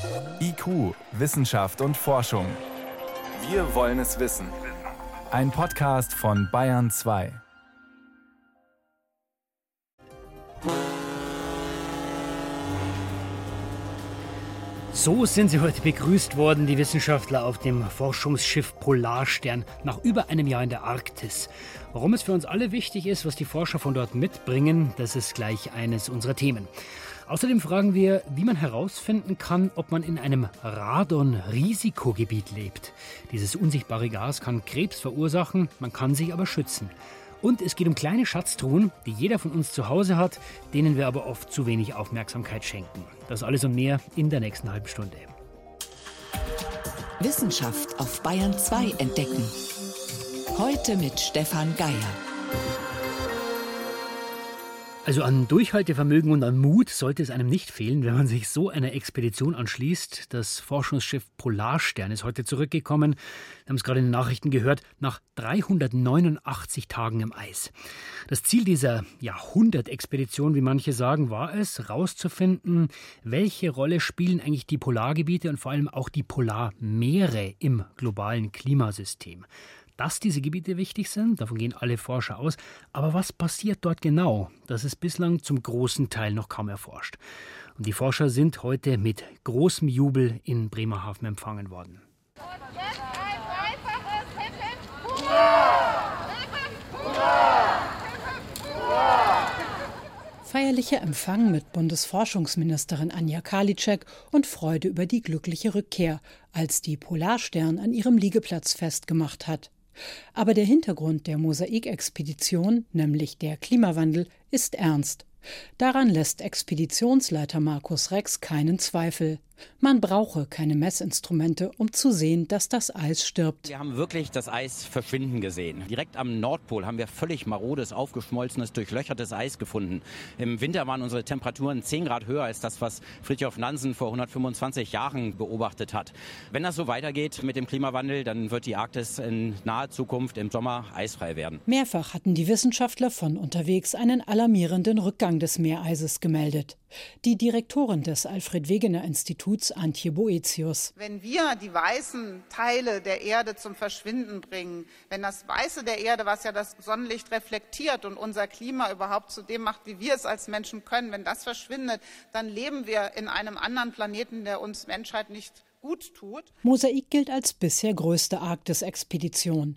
IQ, Wissenschaft und Forschung. Wir wollen es wissen. Ein Podcast von Bayern 2. So sind sie heute begrüßt worden, die Wissenschaftler auf dem Forschungsschiff Polarstern, nach über einem Jahr in der Arktis. Warum es für uns alle wichtig ist, was die Forscher von dort mitbringen, das ist gleich eines unserer Themen. Außerdem fragen wir, wie man herausfinden kann, ob man in einem Radon-Risikogebiet lebt. Dieses unsichtbare Gas kann Krebs verursachen, man kann sich aber schützen. Und es geht um kleine Schatztruhen, die jeder von uns zu Hause hat, denen wir aber oft zu wenig Aufmerksamkeit schenken. Das alles und mehr in der nächsten halben Stunde. Wissenschaft auf Bayern 2 entdecken. Heute mit Stefan Geier. Also an Durchhaltevermögen und an Mut sollte es einem nicht fehlen, wenn man sich so einer Expedition anschließt. Das Forschungsschiff Polarstern ist heute zurückgekommen. Wir haben es gerade in den Nachrichten gehört, nach 389 Tagen im Eis. Das Ziel dieser Jahrhundertexpedition, wie manche sagen, war es, herauszufinden, welche Rolle spielen eigentlich die Polargebiete und vor allem auch die Polarmeere im globalen Klimasystem. Dass diese Gebiete wichtig sind, davon gehen alle Forscher aus. Aber was passiert dort genau? Das ist bislang zum großen Teil noch kaum erforscht. Und die Forscher sind heute mit großem Jubel in Bremerhaven empfangen worden. Und jetzt ein einfaches Hip-Hip. Hurra! Hurra! Hurra! Feierlicher Empfang mit Bundesforschungsministerin Anja Karliczek und Freude über die glückliche Rückkehr, als die Polarstern an ihrem Liegeplatz festgemacht hat. Aber der Hintergrund der Mosaik-Expedition, nämlich der Klimawandel, ist ernst. Daran lässt Expeditionsleiter Markus Rex keinen Zweifel. Man brauche keine Messinstrumente, um zu sehen, dass das Eis stirbt. Wir haben wirklich das Eis verschwinden gesehen. Direkt am Nordpol haben wir völlig marodes, aufgeschmolzenes, durchlöchertes Eis gefunden. Im Winter waren unsere Temperaturen 10 Grad höher als das, was Fridtjof Nansen vor 125 Jahren beobachtet hat. Wenn das so weitergeht mit dem Klimawandel, dann wird die Arktis in naher Zukunft im Sommer eisfrei werden. Mehrfach hatten die Wissenschaftler von unterwegs einen alarmierenden Rückgang des Meereises gemeldet. Die Direktorin des Alfred-Wegener-Instituts, Antje Boetius. Wenn wir die weißen Teile der Erde zum Verschwinden bringen, wenn das Weiße der Erde, was ja das Sonnenlicht reflektiert und unser Klima überhaupt zu dem macht, wie wir es als Menschen können, wenn das verschwindet, dann leben wir in einem anderen Planeten, der uns Menschheit nicht gut tut. Mosaik gilt als bisher größte Arktis-Expedition.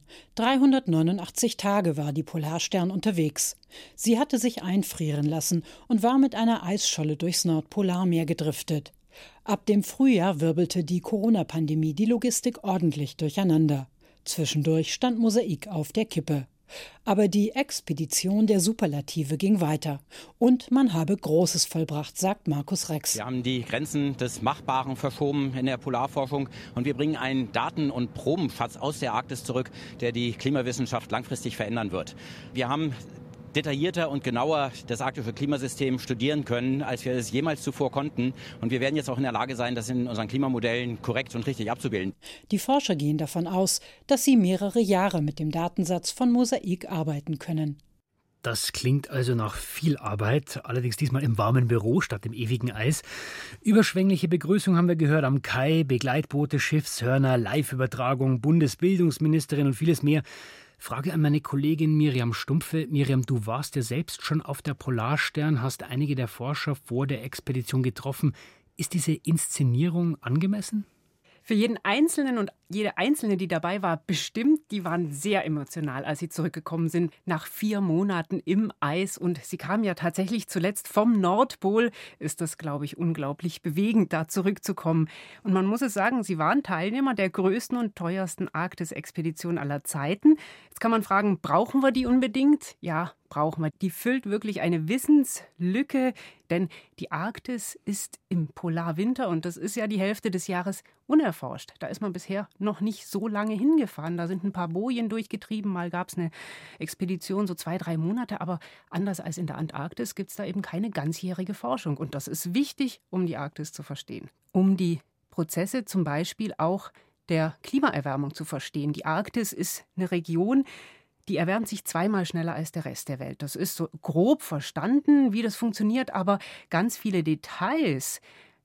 389 Tage war die Polarstern unterwegs. Sie hatte sich einfrieren lassen und war mit einer Eisscholle durchs Nordpolarmeer gedriftet. Ab dem Frühjahr wirbelte die Corona-Pandemie die Logistik ordentlich durcheinander. Zwischendurch stand Mosaik auf der Kippe. Aber die Expedition der Superlative ging weiter. Und man habe Großes vollbracht, sagt Markus Rex. Wir haben die Grenzen des Machbaren verschoben in der Polarforschung. Und wir bringen einen Daten- und Probenschatz aus der Arktis zurück, der die Klimawissenschaft langfristig verändern wird. Wir haben detaillierter und genauer das arktische Klimasystem studieren können, als wir es jemals zuvor konnten. Und wir werden jetzt auch in der Lage sein, das in unseren Klimamodellen korrekt und richtig abzubilden. Die Forscher gehen davon aus, dass sie mehrere Jahre mit dem Datensatz von Mosaik arbeiten können. Das klingt also nach viel Arbeit, allerdings diesmal im warmen Büro statt im ewigen Eis. Überschwängliche Begrüßung haben wir gehört am Kai, Begleitboote, Schiffshörner, Live-Übertragung, Bundesbildungsministerin und vieles mehr. Frage an meine Kollegin Miriam Stumpfe. Miriam, du warst ja selbst schon auf der Polarstern, hast einige der Forscher vor der Expedition getroffen. Ist diese Inszenierung angemessen? Für jeden Einzelnen und jede Einzelne, die dabei war, bestimmt, die waren sehr emotional, als sie zurückgekommen sind, nach 4 Monaten im Eis. Und sie kamen ja tatsächlich zuletzt vom Nordpol. Ist das, glaube ich, unglaublich bewegend, da zurückzukommen. Und man muss es sagen, sie waren Teilnehmer der größten und teuersten Arktis-Expedition aller Zeiten. Jetzt kann man fragen, brauchen wir die unbedingt? Ja, brauchen wir. Die füllt wirklich eine Wissenslücke, denn die Arktis ist im Polarwinter und das ist ja die Hälfte des Jahres unerforscht. Da ist man bisher noch nicht so lange hingefahren. Da sind ein paar Bojen durchgetrieben, mal gab es eine Expedition, so 2-3 Monate, aber anders als in der Antarktis gibt es da eben keine ganzjährige Forschung und das ist wichtig, um die Arktis zu verstehen. Um die Prozesse zum Beispiel auch der Klimaerwärmung zu verstehen. Die Arktis ist eine Region, die erwärmt sich 2-mal schneller als der Rest der Welt. Das ist so grob verstanden, wie das funktioniert, aber ganz viele Details,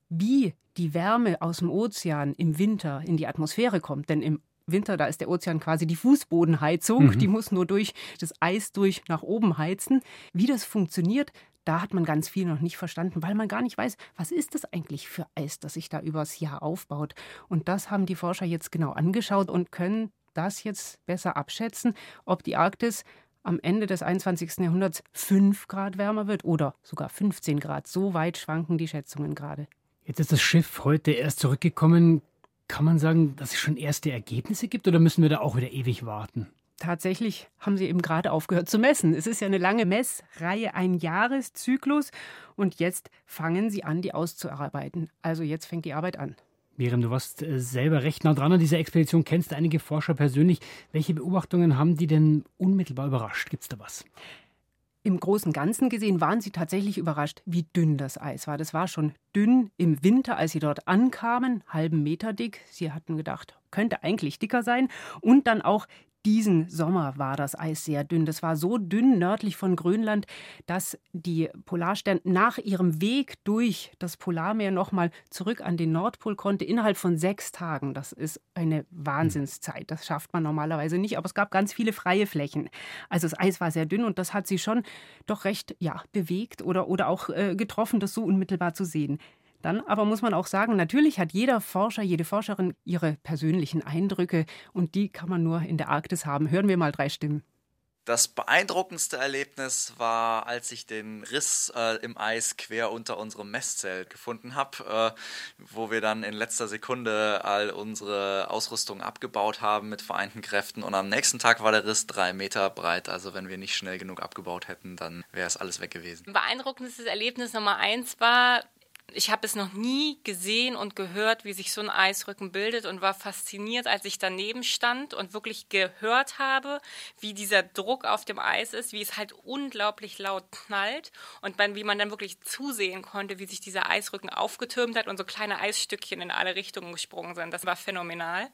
wie die Wärme aus dem Ozean im Winter in die Atmosphäre kommt. Denn im Winter, da ist der Ozean quasi die Fußbodenheizung. Die muss nur durch das Eis nach oben heizen. Wie das funktioniert, da hat man ganz viel noch nicht verstanden, weil man gar nicht weiß, was ist das eigentlich für Eis, das sich da übers Jahr aufbaut. Und das haben die Forscher jetzt genau angeschaut und können das jetzt besser abschätzen, ob die Arktis am Ende des 21. Jahrhunderts 5 Grad wärmer wird oder sogar 15 Grad. So weit schwanken die Schätzungen gerade. Jetzt ist das Schiff heute erst zurückgekommen. Kann man sagen, dass es schon erste Ergebnisse gibt oder müssen wir da auch wieder ewig warten? Tatsächlich haben sie eben gerade aufgehört zu messen. Es ist ja eine lange Messreihe, ein Jahreszyklus. Und jetzt fangen sie an, die auszuarbeiten. Also jetzt fängt die Arbeit an. Miriam, du warst selber recht nah dran an dieser Expedition, kennst einige Forscher persönlich. Welche Beobachtungen haben die denn unmittelbar überrascht? Gibt es da was? Im Großen und Ganzen gesehen waren sie tatsächlich überrascht, wie dünn das Eis war. Das war schon dünn im Winter, als sie dort ankamen, halben Meter dick. Sie hatten gedacht, könnte eigentlich dicker sein. Und dann auch diesen Sommer war das Eis sehr dünn. Das war so dünn nördlich von Grönland, dass die Polarstern nach ihrem Weg durch das Polarmeer nochmal zurück an den Nordpol konnte, innerhalb von 6 Tagen. Das ist eine Wahnsinnszeit. Das schafft man normalerweise nicht. Aber es gab ganz viele freie Flächen. Also das Eis war sehr dünn und das hat sie schon doch recht bewegt oder auch getroffen, das so unmittelbar zu sehen. Dann aber muss man auch sagen, natürlich hat jeder Forscher, jede Forscherin ihre persönlichen Eindrücke und die kann man nur in der Arktis haben. Hören wir mal 3 Stimmen. Das beeindruckendste Erlebnis war, als ich den Riss im Eis quer unter unserem Messzelt gefunden habe, wo wir dann in letzter Sekunde all unsere Ausrüstung abgebaut haben mit vereinten Kräften. Und am nächsten Tag war der Riss 3 Meter breit. Also wenn wir nicht schnell genug abgebaut hätten, dann wäre es alles weg gewesen. Beeindruckendes Erlebnis Nummer 1 war, ich habe es noch nie gesehen und gehört, wie sich so ein Eisrücken bildet und war fasziniert, als ich daneben stand und wirklich gehört habe, wie dieser Druck auf dem Eis ist, wie es halt unglaublich laut knallt und wie man dann wirklich zusehen konnte, wie sich dieser Eisrücken aufgetürmt hat und so kleine Eisstückchen in alle Richtungen gesprungen sind. Das war phänomenal.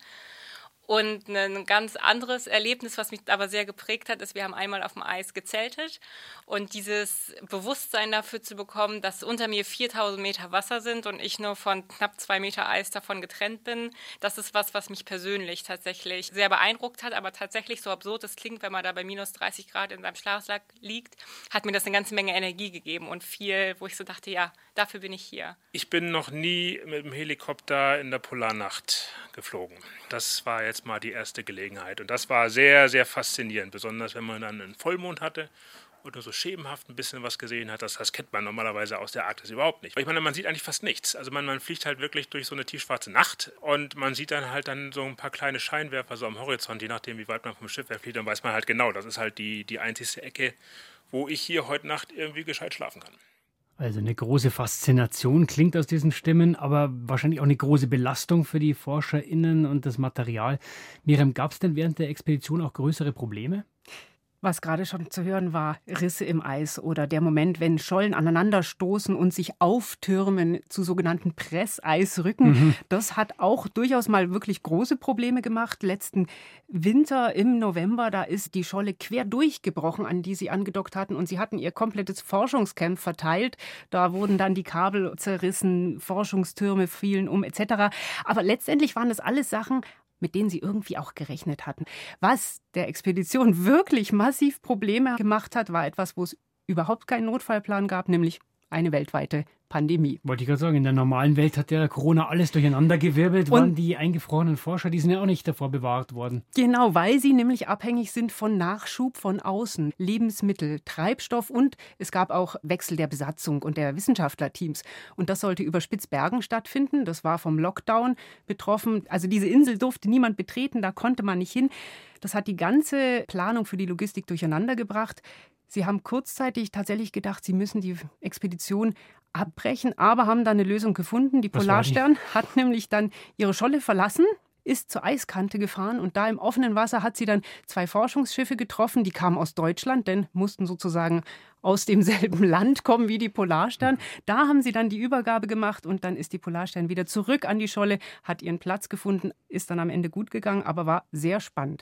Und ein ganz anderes Erlebnis, was mich aber sehr geprägt hat, ist, wir haben einmal auf dem Eis gezeltet und dieses Bewusstsein dafür zu bekommen, dass unter mir 4000 Meter Wasser sind und ich nur von knapp 2 Meter Eis davon getrennt bin, das ist was mich persönlich tatsächlich sehr beeindruckt hat, aber tatsächlich, so absurd es klingt, wenn man da bei minus 30 Grad in seinem Schlafsack liegt, hat mir das eine ganze Menge Energie gegeben und viel, wo ich so dachte, ja, dafür bin ich hier. Ich bin noch nie mit dem Helikopter in der Polarnacht geflogen. Das war jetzt mal die erste Gelegenheit. Und das war sehr, sehr faszinierend, besonders wenn man dann einen Vollmond hatte oder so schemenhaft ein bisschen was gesehen hat. Das kennt man normalerweise aus der Arktis überhaupt nicht. Ich meine, man sieht eigentlich fast nichts. Also man fliegt halt wirklich durch so eine tiefschwarze Nacht und man sieht dann halt so ein paar kleine Scheinwerfer so am Horizont, je nachdem, wie weit man vom Schiff wegfliegt, dann weiß man halt genau, das ist halt die einzigste Ecke, wo ich hier heute Nacht irgendwie gescheit schlafen kann. Also eine große Faszination klingt aus diesen Stimmen, aber wahrscheinlich auch eine große Belastung für die ForscherInnen und das Material. Miriam, gab es denn während der Expedition auch größere Probleme? Was gerade schon zu hören war, Risse im Eis oder der Moment, wenn Schollen aneinanderstoßen und sich auftürmen zu sogenannten Presseisrücken. Das hat auch durchaus mal wirklich große Probleme gemacht. Letzten Winter im November, da ist die Scholle quer durchgebrochen, an die sie angedockt hatten. Und sie hatten ihr komplettes Forschungscamp verteilt. Da wurden dann die Kabel zerrissen, Forschungstürme fielen um etc. Aber letztendlich waren das alles Sachen, mit denen sie irgendwie auch gerechnet hatten. Was der Expedition wirklich massiv Probleme gemacht hat, war etwas, wo es überhaupt keinen Notfallplan gab, nämlich eine weltweite Pandemie. Wollte ich gerade sagen, in der normalen Welt hat ja Corona alles durcheinandergewirbelt. Waren die eingefrorenen Forscher, die sind ja auch nicht davor bewahrt worden. Genau, weil sie nämlich abhängig sind von Nachschub von außen, Lebensmittel, Treibstoff und es gab auch Wechsel der Besatzung und der Wissenschaftlerteams. Und das sollte über Spitzbergen stattfinden. Das war vom Lockdown betroffen. Also diese Insel durfte niemand betreten, da konnte man nicht hin. Das hat die ganze Planung für die Logistik durcheinander gebracht. Sie haben kurzzeitig tatsächlich gedacht, sie müssen die Expedition abbrechen, aber haben dann eine Lösung gefunden. Die Polarstern hat nämlich dann ihre Scholle verlassen, ist zur Eiskante gefahren und da im offenen Wasser hat sie dann 2 Forschungsschiffe getroffen, die kamen aus Deutschland, denn mussten sozusagen aus demselben Land kommen wie die Polarstern. Da haben sie dann die Übergabe gemacht und dann ist die Polarstern wieder zurück an die Scholle, hat ihren Platz gefunden, ist dann am Ende gut gegangen, aber war sehr spannend.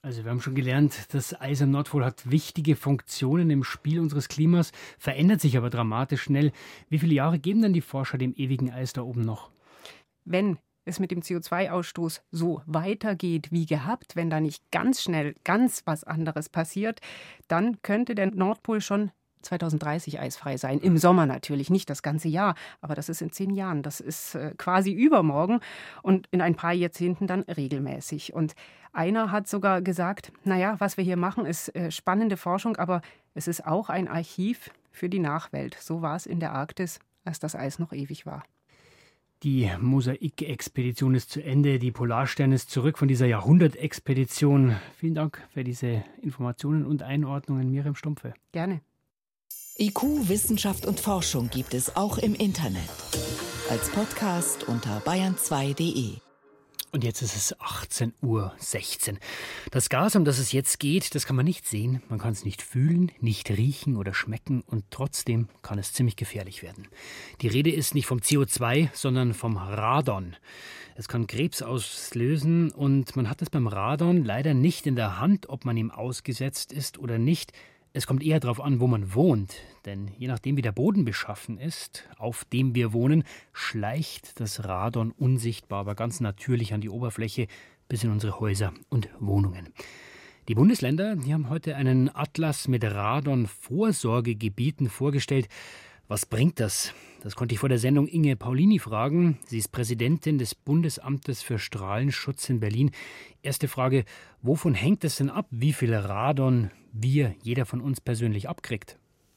Also wir haben schon gelernt, das Eis am Nordpol hat wichtige Funktionen im Spiel unseres Klimas, verändert sich aber dramatisch schnell. Wie viele Jahre geben denn die Forscher dem ewigen Eis da oben noch? Wenn es mit dem CO2-Ausstoß so weitergeht wie gehabt, wenn da nicht ganz schnell ganz was anderes passiert, dann könnte der Nordpol schon 2030 eisfrei sein. Im Sommer natürlich, nicht das ganze Jahr, aber das ist in 10 Jahren. Das ist quasi übermorgen und in ein paar Jahrzehnten dann regelmäßig. Und einer hat sogar gesagt, naja, was wir hier machen, ist spannende Forschung, aber es ist auch ein Archiv für die Nachwelt. So war es in der Arktis, als das Eis noch ewig war. Die Mosaik-Expedition ist zu Ende, die Polarstern ist zurück von dieser Jahrhundert-Expedition. Vielen Dank für diese Informationen und Einordnungen, Miriam Stumpfe. Gerne. IQ, Wissenschaft und Forschung gibt es auch im Internet. Als Podcast unter bayern2.de. Und jetzt ist es 18:16 Uhr. Das Gas, um das es jetzt geht, das kann man nicht sehen, man kann es nicht fühlen, nicht riechen oder schmecken und trotzdem kann es ziemlich gefährlich werden. Die Rede ist nicht vom CO2, sondern vom Radon. Es kann Krebs auslösen und man hat es beim Radon leider nicht in der Hand, ob man ihm ausgesetzt ist oder nicht. Es kommt eher darauf an, wo man wohnt, denn je nachdem, wie der Boden beschaffen ist, auf dem wir wohnen, schleicht das Radon unsichtbar, aber ganz natürlich an die Oberfläche bis in unsere Häuser und Wohnungen. Die Bundesländer, die haben heute einen Atlas mit Radon-Vorsorgegebieten vorgestellt. Was bringt das? Das konnte ich vor der Sendung Inge Paulini fragen. Sie ist Präsidentin des Bundesamtes für Strahlenschutz in Berlin. Erste Frage, wovon hängt es denn ab, wie viel Radon jeder von uns persönlich abkriegt?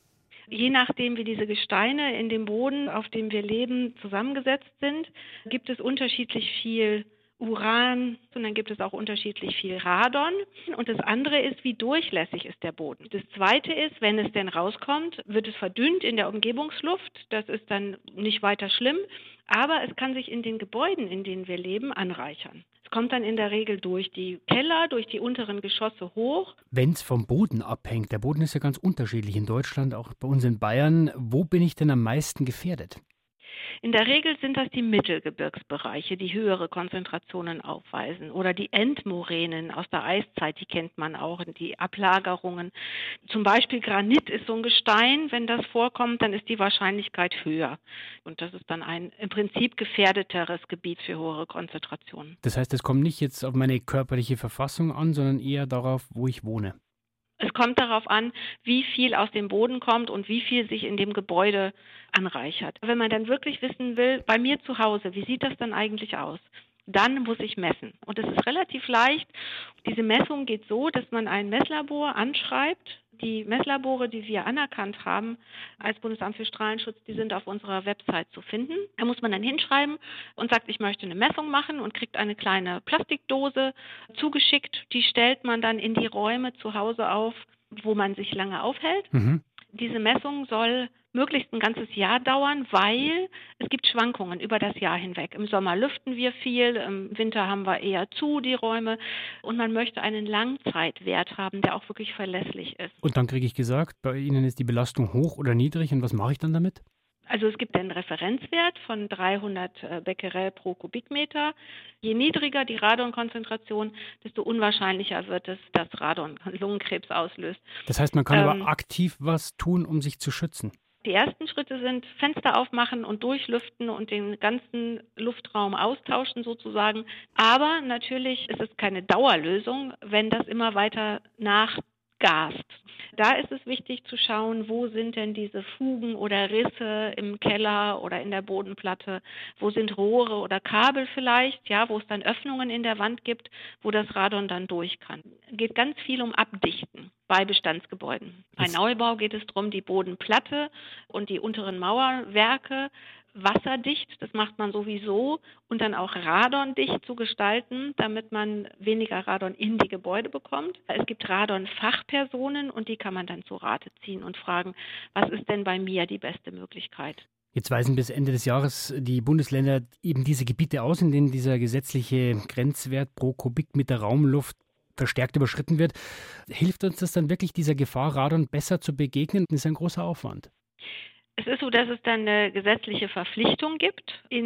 Je nachdem, wie diese Gesteine in dem Boden, auf dem wir leben, zusammengesetzt sind, gibt es unterschiedlich viel Uran und dann gibt es auch unterschiedlich viel Radon. Und das andere ist, wie durchlässig ist der Boden. Das zweite ist, wenn es denn rauskommt, wird es verdünnt in der Umgebungsluft. Das ist dann nicht weiter schlimm, aber es kann sich in den Gebäuden, in denen wir leben, anreichern. Es kommt dann in der Regel durch die Keller, durch die unteren Geschosse hoch. Wenn es vom Boden abhängt, der Boden ist ja ganz unterschiedlich in Deutschland, auch bei uns in Bayern. Wo bin ich denn am meisten gefährdet? In der Regel sind das die Mittelgebirgsbereiche, die höhere Konzentrationen aufweisen. Oder die Endmoränen aus der Eiszeit, die kennt man auch, die Ablagerungen. Zum Beispiel Granit ist so ein Gestein, wenn das vorkommt, dann ist die Wahrscheinlichkeit höher. Und das ist dann ein im Prinzip gefährdeteres Gebiet für höhere Konzentrationen. Das heißt, es kommt nicht jetzt auf meine körperliche Verfassung an, sondern eher darauf, wo ich wohne. Es kommt darauf an, wie viel aus dem Boden kommt und wie viel sich in dem Gebäude anreichert. Wenn man dann wirklich wissen will, bei mir zu Hause, wie sieht das dann eigentlich aus? Dann muss ich messen. Und es ist relativ leicht. Diese Messung geht so, dass man ein Messlabor anschreibt. Die Messlabore, die wir anerkannt haben als Bundesamt für Strahlenschutz, die sind auf unserer Website zu finden. Da muss man dann hinschreiben und sagt, ich möchte eine Messung machen und kriegt eine kleine Plastikdose zugeschickt. Die stellt man dann in die Räume zu Hause auf, wo man sich lange aufhält. Diese Messung soll möglichst ein ganzes Jahr dauern, weil es gibt Schwankungen über das Jahr hinweg. Im Sommer lüften wir viel, im Winter haben wir eher zu, die Räume. Und man möchte einen Langzeitwert haben, der auch wirklich verlässlich ist. Und dann kriege ich gesagt, bei Ihnen ist die Belastung hoch oder niedrig. Und was mache ich dann damit? Also es gibt einen Referenzwert von 300 Becquerel pro Kubikmeter. Je niedriger die Radonkonzentration, desto unwahrscheinlicher wird es, dass Radon Lungenkrebs auslöst. Das heißt, man kann aber aktiv was tun, um sich zu schützen. Die ersten Schritte sind Fenster aufmachen und durchlüften und den ganzen Luftraum austauschen sozusagen. Aber natürlich ist es keine Dauerlösung, wenn das immer weiter nachgast. Da ist es wichtig zu schauen, wo sind denn diese Fugen oder Risse im Keller oder in der Bodenplatte, wo sind Rohre oder Kabel vielleicht, ja, wo es dann Öffnungen in der Wand gibt, wo das Radon dann durch kann. Es geht ganz viel um Abdichten bei Bestandsgebäuden. Bei Neubau geht es darum, die Bodenplatte und die unteren Mauerwerke wasserdicht, das macht man sowieso, und dann auch radondicht zu gestalten, damit man weniger Radon in die Gebäude bekommt. Es gibt Radon-Fachpersonen und die kann man dann zu Rate ziehen und fragen, was ist denn bei mir die beste Möglichkeit? Jetzt weisen bis Ende des Jahres die Bundesländer eben diese Gebiete aus, in denen dieser gesetzliche Grenzwert pro Kubikmeter Raumluft verstärkt überschritten wird. Hilft uns das dann wirklich, dieser Gefahr Radon besser zu begegnen? Das ist ein großer Aufwand. Es ist so, dass es dann eine gesetzliche Verpflichtung gibt, in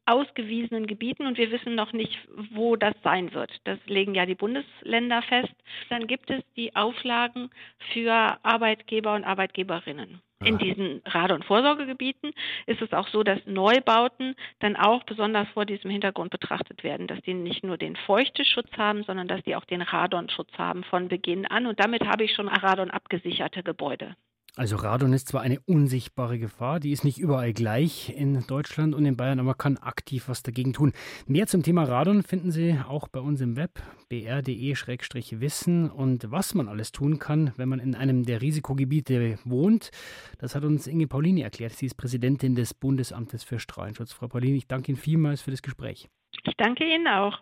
ausgewiesenen Gebieten und wir wissen noch nicht, wo das sein wird. Das legen ja die Bundesländer fest. Dann gibt es die Auflagen für Arbeitgeber und Arbeitgeberinnen. In diesen Radon-Vorsorgegebieten ist es auch so, dass Neubauten dann auch besonders vor diesem Hintergrund betrachtet werden, dass die nicht nur den Feuchteschutz haben, sondern dass die auch den Radonschutz haben von Beginn an. Und damit habe ich schon radonabgesicherte Gebäude. Also Radon ist zwar eine unsichtbare Gefahr, die ist nicht überall gleich in Deutschland und in Bayern, aber man kann aktiv was dagegen tun. Mehr zum Thema Radon finden Sie auch bei uns im Web, br.de/wissen, und was man alles tun kann, wenn man in einem der Risikogebiete wohnt. Das hat uns Inge Paulini erklärt. Sie ist Präsidentin des Bundesamtes für Strahlenschutz. Frau Paulini, ich danke Ihnen vielmals für das Gespräch. Ich danke Ihnen auch.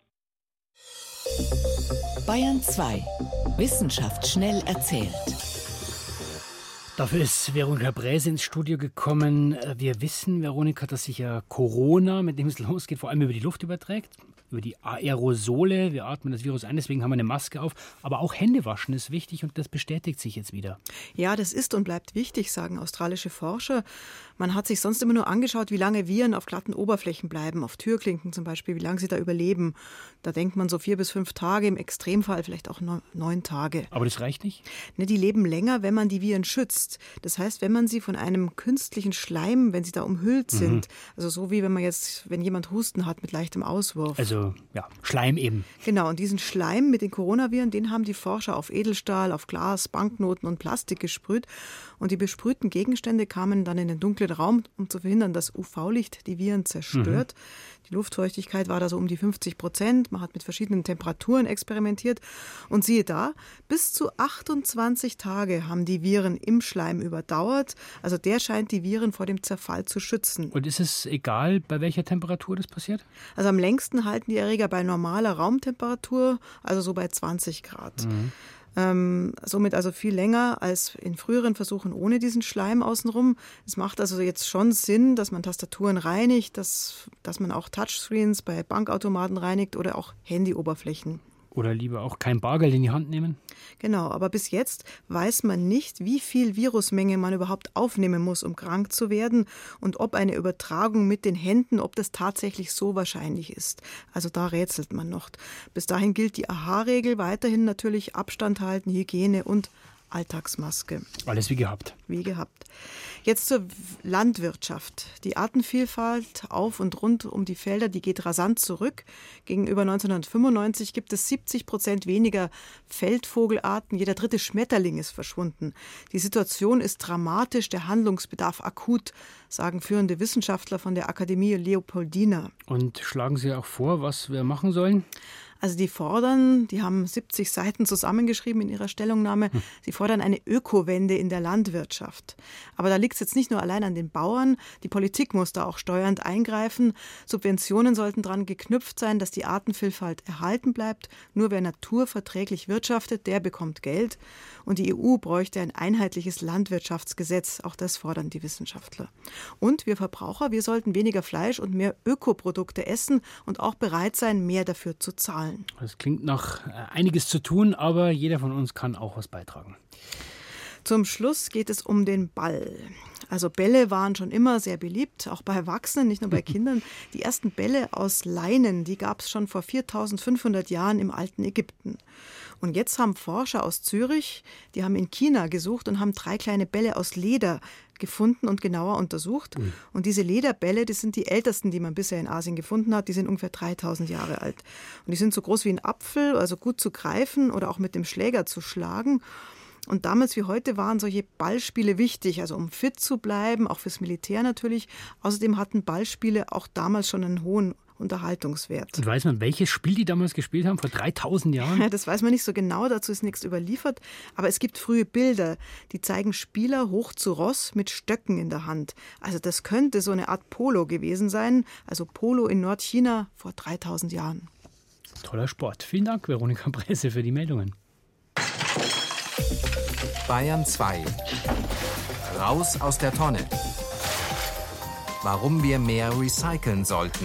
Bayern 2. Wissenschaft schnell erzählt. Dafür ist Veronika Bräse ins Studio gekommen. Wir wissen, Veronika, dass sich ja Corona, mit dem es losgeht, vor allem über die Luft überträgt, über die Aerosole. Wir atmen das Virus ein, deswegen haben wir eine Maske auf. Aber auch Händewaschen ist wichtig und das bestätigt sich jetzt wieder. Ja, das ist und bleibt wichtig, sagen australische Forscher. Man hat sich sonst immer nur angeschaut, wie lange Viren auf glatten Oberflächen bleiben, auf Türklinken zum Beispiel, wie lange sie da überleben. Da denkt man so 4 bis 5 Tage, im Extremfall vielleicht auch 9 Tage. Aber das reicht nicht? Ne, die leben länger, wenn man die Viren schützt. Das heißt, wenn man sie von einem künstlichen Schleim, wenn sie da umhüllt sind, also so wie wenn jemand Husten hat mit leichtem Auswurf. Also ja, Schleim eben. Genau, und diesen Schleim mit den Coronaviren, den haben die Forscher auf Edelstahl, auf Glas, Banknoten und Plastik gesprüht. Und die besprühten Gegenstände kamen dann in den dunklen Raum, um zu verhindern, dass UV-Licht die Viren zerstört. Die Luftfeuchtigkeit war da so um die 50%. Man hat mit verschiedenen Temperaturen experimentiert. Und siehe da, bis zu 28 Tage haben die Viren im Schleim überdauert. Also der scheint die Viren vor dem Zerfall zu schützen. Und ist es egal, bei welcher Temperatur das passiert? Also am längsten halten die Erreger bei normaler Raumtemperatur, also so bei 20 Grad. Somit also viel länger als in früheren Versuchen ohne diesen Schleim außenrum. Es macht also jetzt schon Sinn, dass man Tastaturen reinigt, dass man auch Touchscreens bei Bankautomaten reinigt oder auch Handyoberflächen. Oder lieber auch kein Bargeld in die Hand nehmen? Genau, aber bis jetzt weiß man nicht, wie viel Virusmenge man überhaupt aufnehmen muss, um krank zu werden und ob eine Übertragung mit den Händen, ob das tatsächlich so wahrscheinlich ist. Also da rätselt man noch. Bis dahin gilt die AHA-Regel, weiterhin natürlich Abstand halten, Hygiene und Alltagsmaske. Alles wie gehabt. Wie gehabt. Jetzt zur Landwirtschaft. Die Artenvielfalt auf und rund um die Felder, die geht rasant zurück. Gegenüber 1995 gibt es 70% weniger Feldvogelarten. Jeder 3. Schmetterling ist verschwunden. Die Situation ist dramatisch, der Handlungsbedarf akut, sagen führende Wissenschaftler von der Akademie Leopoldina. Und schlagen Sie auch vor, was wir machen sollen? Also die haben 70 Seiten zusammengeschrieben in ihrer Stellungnahme. Sie fordern eine Ökowende in der Landwirtschaft. Aber da liegt es jetzt nicht nur allein an den Bauern. Die Politik muss da auch steuernd eingreifen. Subventionen sollten daran geknüpft sein, dass die Artenvielfalt erhalten bleibt. Nur wer naturverträglich wirtschaftet, der bekommt Geld. Und die EU bräuchte ein einheitliches Landwirtschaftsgesetz. Auch das fordern die Wissenschaftler. Und wir Verbraucher, wir sollten weniger Fleisch und mehr Ökoprodukte essen und auch bereit sein, mehr dafür zu zahlen. Das klingt nach einiges zu tun, aber jeder von uns kann auch was beitragen. Zum Schluss geht es um den Ball. Also Bälle waren schon immer sehr beliebt, auch bei Erwachsenen, nicht nur bei Kindern. Die ersten Bälle aus Leinen, die gab es schon vor 4500 Jahren im alten Ägypten. Und jetzt haben Forscher aus Zürich, die haben in China gesucht und haben 3 kleine Bälle aus Leder gefunden und genauer untersucht. Und diese Lederbälle, das sind die ältesten, die man bisher in Asien gefunden hat. Die sind ungefähr 3000 Jahre alt. Und die sind so groß wie ein Apfel, also gut zu greifen oder auch mit dem Schläger zu schlagen. Und damals wie heute waren solche Ballspiele wichtig, also um fit zu bleiben, auch fürs Militär natürlich. Außerdem hatten Ballspiele auch damals schon einen hohen Unterhaltungswert. Und weiß man, welches Spiel die damals gespielt haben, vor 3000 Jahren? Ja, das weiß man nicht so genau, dazu ist nichts überliefert. Aber es gibt frühe Bilder, die zeigen Spieler hoch zu Ross mit Stöcken in der Hand. Also das könnte so eine Art Polo gewesen sein, also Polo in Nordchina vor 3000 Jahren. Toller Sport. Vielen Dank, Veronika Bräse, für die Meldungen. Bayern 2. Raus aus der Tonne. Warum wir mehr recyceln sollten.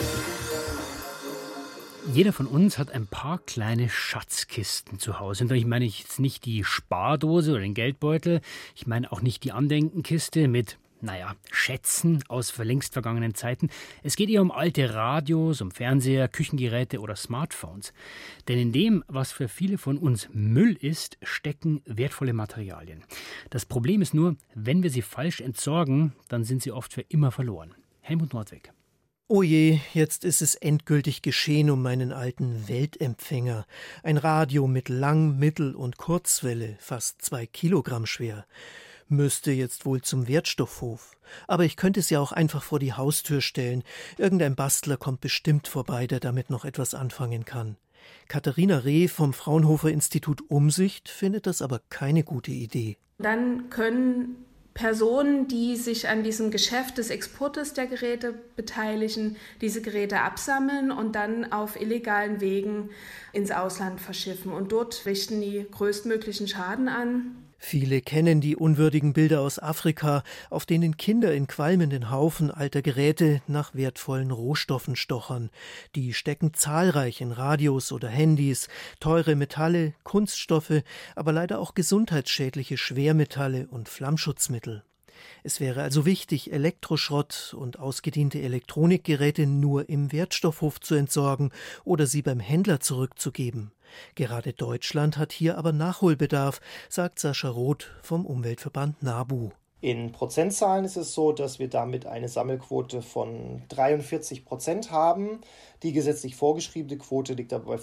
Jeder von uns hat ein paar kleine Schatzkisten zu Hause. Und ich meine jetzt nicht die Spardose oder den Geldbeutel. Ich meine auch nicht die Andenkenkiste mit Schätzen aus längst vergangenen Zeiten. Es geht eher um alte Radios, um Fernseher, Küchengeräte oder Smartphones. Denn in dem, was für viele von uns Müll ist, stecken wertvolle Materialien. Das Problem ist nur, wenn wir sie falsch entsorgen, dann sind sie oft für immer verloren. Helmut Nordwig. Oh je, jetzt ist es endgültig geschehen um meinen alten Weltempfänger. Ein Radio mit Lang-, Mittel- und Kurzwelle, fast 2 Kilogramm schwer. Müsste jetzt wohl zum Wertstoffhof. Aber ich könnte es ja auch einfach vor die Haustür stellen. Irgendein Bastler kommt bestimmt vorbei, der damit noch etwas anfangen kann. Katharina Reh vom Fraunhofer Institut Umsicht findet das aber keine gute Idee. Dann können Personen, die sich an diesem Geschäft des Exportes der Geräte beteiligen, diese Geräte absammeln und dann auf illegalen Wegen ins Ausland verschiffen. Und dort richten die größtmöglichen Schaden an. Viele kennen die unwürdigen Bilder aus Afrika, auf denen Kinder in qualmenden Haufen alter Geräte nach wertvollen Rohstoffen stochern. Die stecken zahlreich in Radios oder Handys, teure Metalle, Kunststoffe, aber leider auch gesundheitsschädliche Schwermetalle und Flammschutzmittel. Es wäre also wichtig, Elektroschrott und ausgediente Elektronikgeräte nur im Wertstoffhof zu entsorgen oder sie beim Händler zurückzugeben. Gerade Deutschland hat hier aber Nachholbedarf, sagt Sascha Roth vom Umweltverband NABU. In Prozentzahlen ist es so, dass wir damit eine Sammelquote von 43% haben. Die gesetzlich vorgeschriebene Quote liegt aber bei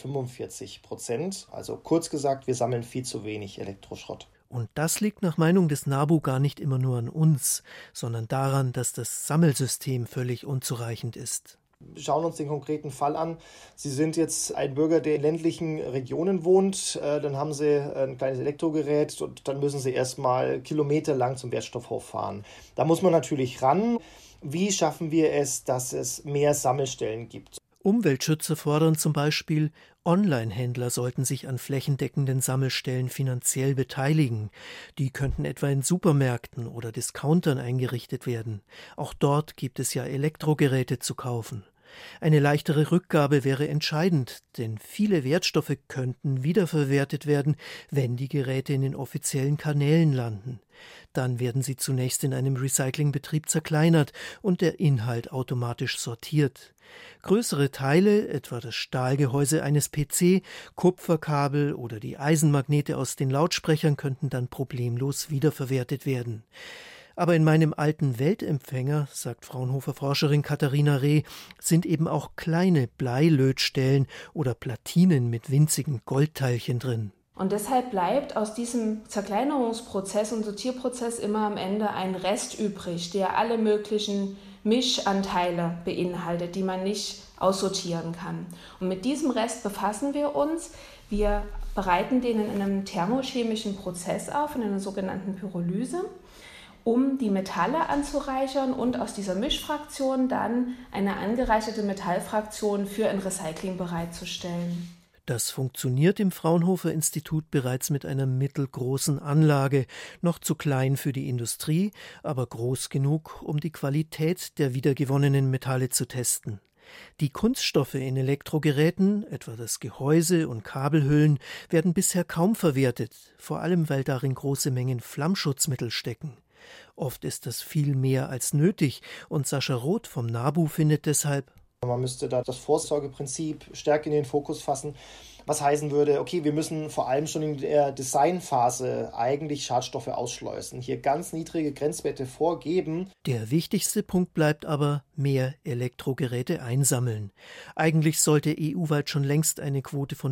45%. Also kurz gesagt, wir sammeln viel zu wenig Elektroschrott. Und das liegt nach Meinung des NABU gar nicht immer nur an uns, sondern daran, dass das Sammelsystem völlig unzureichend ist. Schauen uns den konkreten Fall an. Sie sind jetzt ein Bürger, der in ländlichen Regionen wohnt. Dann haben Sie ein kleines Elektrogerät und dann müssen Sie erstmal kilometerlang zum Wertstoffhof fahren. Da muss man natürlich ran. Wie schaffen wir es, dass es mehr Sammelstellen gibt? Umweltschützer fordern zum Beispiel, Online-Händler sollten sich an flächendeckenden Sammelstellen finanziell beteiligen. Die könnten etwa in Supermärkten oder Discountern eingerichtet werden. Auch dort gibt es ja Elektrogeräte zu kaufen. Eine leichtere Rückgabe wäre entscheidend, denn viele Wertstoffe könnten wiederverwertet werden, wenn die Geräte in den offiziellen Kanälen landen. Dann werden sie zunächst in einem Recyclingbetrieb zerkleinert und der Inhalt automatisch sortiert. Größere Teile, etwa das Stahlgehäuse eines PC, Kupferkabel oder die Eisenmagnete aus den Lautsprechern, könnten dann problemlos wiederverwertet werden. Aber in meinem alten Weltempfänger, sagt Fraunhofer-Forscherin Katharina Reh, sind eben auch kleine Bleilötstellen oder Platinen mit winzigen Goldteilchen drin. Und deshalb bleibt aus diesem Zerkleinerungsprozess und Sortierprozess immer am Ende ein Rest übrig, der alle möglichen Mischanteile beinhaltet, die man nicht aussortieren kann. Und mit diesem Rest befassen wir uns. Wir bereiten den in einem thermochemischen Prozess auf, in einer sogenannten Pyrolyse, um die Metalle anzureichern und aus dieser Mischfraktion dann eine angereicherte Metallfraktion für ein Recycling bereitzustellen. Das funktioniert im Fraunhofer Institut bereits mit einer mittelgroßen Anlage, noch zu klein für die Industrie, aber groß genug, um die Qualität der wiedergewonnenen Metalle zu testen. Die Kunststoffe in Elektrogeräten, etwa das Gehäuse und Kabelhüllen, werden bisher kaum verwertet, vor allem weil darin große Mengen Flammschutzmittel stecken. Oft ist das viel mehr als nötig und Sascha Roth vom NABU findet deshalb: Man müsste da das Vorsorgeprinzip stärker in den Fokus fassen, was heißen würde, okay, wir müssen vor allem schon in der Designphase eigentlich Schadstoffe ausschleusen, hier ganz niedrige Grenzwerte vorgeben. Der wichtigste Punkt bleibt aber, mehr Elektrogeräte einsammeln. Eigentlich sollte EU-weit schon längst eine Quote von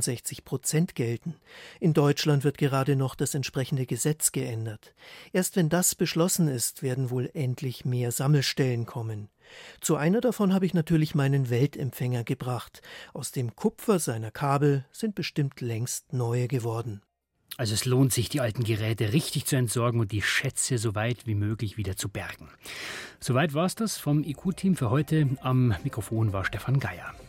65% gelten. In Deutschland wird gerade noch das entsprechende Gesetz geändert. Erst wenn das beschlossen ist, werden wohl endlich mehr Sammelstellen kommen. Zu einer davon habe ich natürlich meinen Weltempfänger gebracht. Aus dem Kupfer seiner Kabel sind bestimmt längst neue geworden. Also es lohnt sich, die alten Geräte richtig zu entsorgen und die Schätze so weit wie möglich wieder zu bergen. Soweit war es das vom IQ-Team für heute. Am Mikrofon war Stefan Geier.